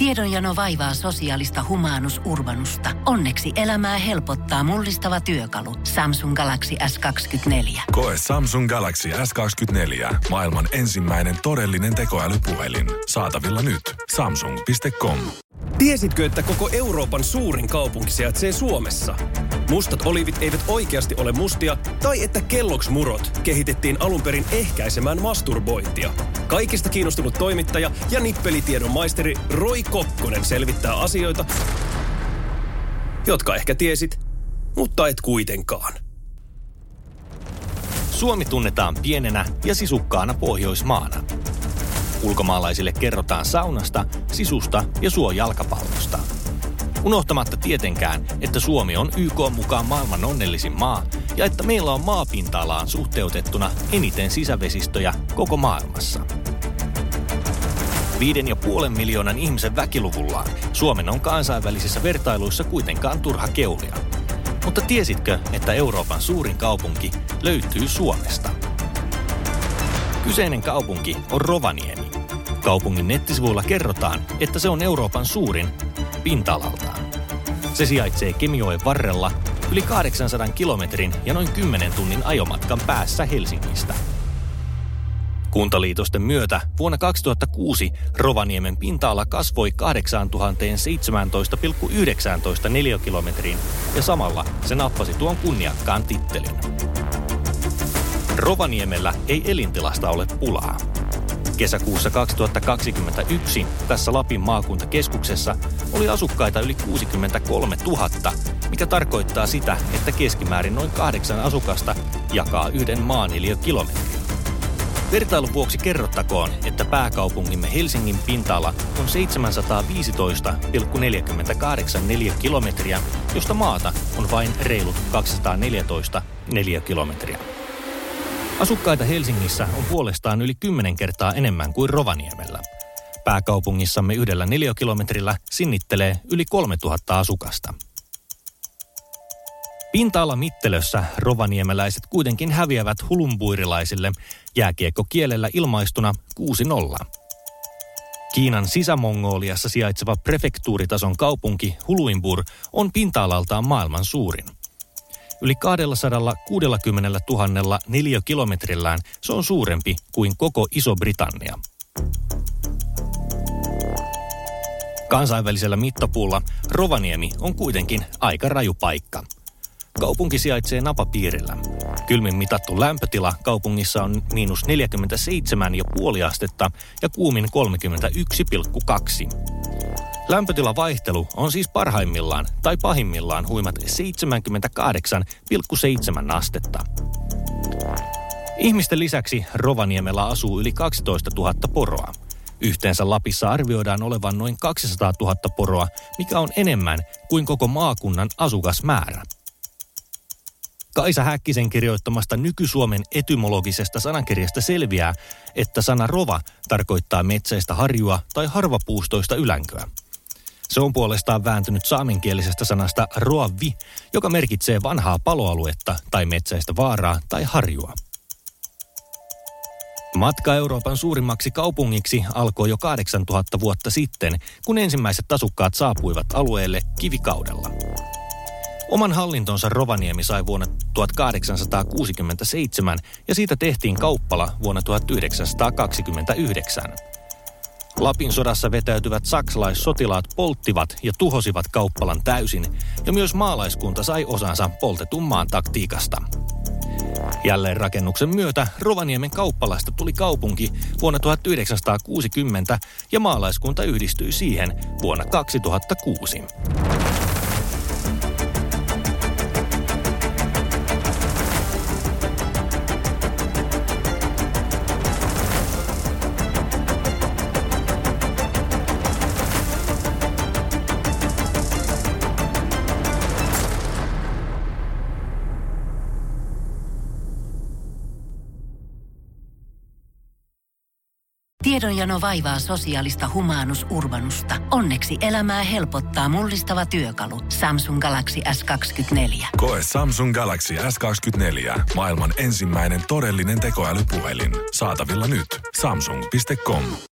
Tiedonjano vaivaa sosiaalista humanus urbanusta. Onneksi elämää helpottaa mullistava työkalu. Samsung Galaxy S24. Koe Samsung Galaxy S24. Maailman ensimmäinen todellinen tekoälypuhelin. Saatavilla nyt. Samsung.com. Tiesitkö, että koko Euroopan suurin kaupunki sijaitsee Suomessa? Mustat olivit eivät oikeasti ole mustia, tai että Kellogg's-murot kehitettiin alun perin ehkäisemään masturbointia. Kaikista kiinnostunut toimittaja ja nippelitiedon maisteri Roy Kokkonen selvittää asioita, jotka ehkä tiesit, mutta et kuitenkaan. Suomi tunnetaan pienenä ja sisukkaana Pohjoismaana. Ulkomaalaisille kerrotaan saunasta, sisusta ja suojalkapallosta. Unohtamatta tietenkään, että Suomi on YK:n mukaan maailman onnellisin maa ja että meillä on maapinta-alaan suhteutettuna eniten sisävesistöjä koko maailmassa. 5,5 miljoonan ihmisen väkiluvullaan Suomen on kansainvälisissä vertailuissa kuitenkaan turha keulia. Mutta tiesitkö, että Euroopan suurin kaupunki löytyy Suomesta? Kyseinen kaupunki on Rovaniemi. Kaupungin nettisivuilla kerrotaan, että se on Euroopan suurin pinta-alaltaan. Se sijaitsee Kemijoen varrella yli 800 kilometrin ja noin 10 tunnin ajomatkan päässä Helsingistä. Kuntaliitosten myötä vuonna 2006 Rovaniemen pinta-ala kasvoi 8017,19 neliökilometriin ja samalla se nappasi tuon kunniakkaan tittelin. Rovaniemellä ei elintilasta ole pulaa. Kesäkuussa 2021 tässä Lapin maakuntakeskuksessa oli asukkaita yli 63 000, mikä tarkoittaa sitä, että keskimäärin noin 8 asukasta jakaa yhden maaneliökilometrin. Vertailun vuoksi kerrottakoon, että pääkaupungimme Helsingin pinta-ala on 715,48 neliökilometriä, josta maata on vain reilut 214 neliökilometriä. Asukkaita Helsingissä on puolestaan yli 10 kertaa enemmän kuin Rovaniemellä. Pääkaupungissamme 1 neliökilometrillä sinnittelee yli 3000 asukasta. Pinta-alamittelössä rovaniemeläiset kuitenkin häviävät hulumbuirilaisille jääkiekkokielellä ilmaistuna 6-0. Kiinan Sisä-Mongoliassa sijaitseva prefektuuritason kaupunki Huluimbur on pinta-alaltaan maailman suurin. Yli 260 000 neliökilometrillään se on suurempi kuin koko Iso-Britannia. Kansainvälisellä mittapuulla Rovaniemi on kuitenkin aika raju paikka. Kaupunki sijaitsee napapiirillä. Kylmin mitattu lämpötila kaupungissa on -47,5 astetta ja kuumin 31,2. Lämpötilavaihtelu on siis parhaimmillaan tai pahimmillaan huimat 78,7 astetta. Ihmisten lisäksi Rovaniemellä asuu yli 12 000 poroa. Yhteensä Lapissa arvioidaan olevan noin 200 000 poroa, mikä on enemmän kuin koko maakunnan asukasmäärä. Kaisa Häkkisen kirjoittamasta Nyky-Suomen etymologisesta sanankirjasta selviää, että sana rova tarkoittaa metsäistä harjua tai harvapuustoista ylänköä. Se on puolestaan vääntynyt saamenkielisestä sanasta roavi, joka merkitsee vanhaa paloaluetta tai metsäistä vaaraa tai harjua. Matka Euroopan suurimmaksi kaupungiksi alkoi jo 8000 vuotta sitten, kun ensimmäiset asukkaat saapuivat alueelle kivikaudella. Oman hallintonsa Rovaniemi sai vuonna 1867 ja siitä tehtiin kauppala vuonna 1929. Lapin sodassa vetäytyvät saksalaissotilaat polttivat ja tuhosivat kauppalan täysin ja myös maalaiskunta sai osansa poltetun maan taktiikasta. Jälleenrakennuksen myötä Rovaniemen kauppalasta tuli kaupunki vuonna 1960 ja maalaiskunta yhdistyi siihen vuonna 2006. Tiedonjano vaivaa sosiaalista humanus urbanusta. Onneksi elämää helpottaa mullistava työkalu. Samsung Galaxy S24. Koe Samsung Galaxy S24. Maailman ensimmäinen todellinen tekoälypuhelin. Saatavilla nyt. Samsung.com.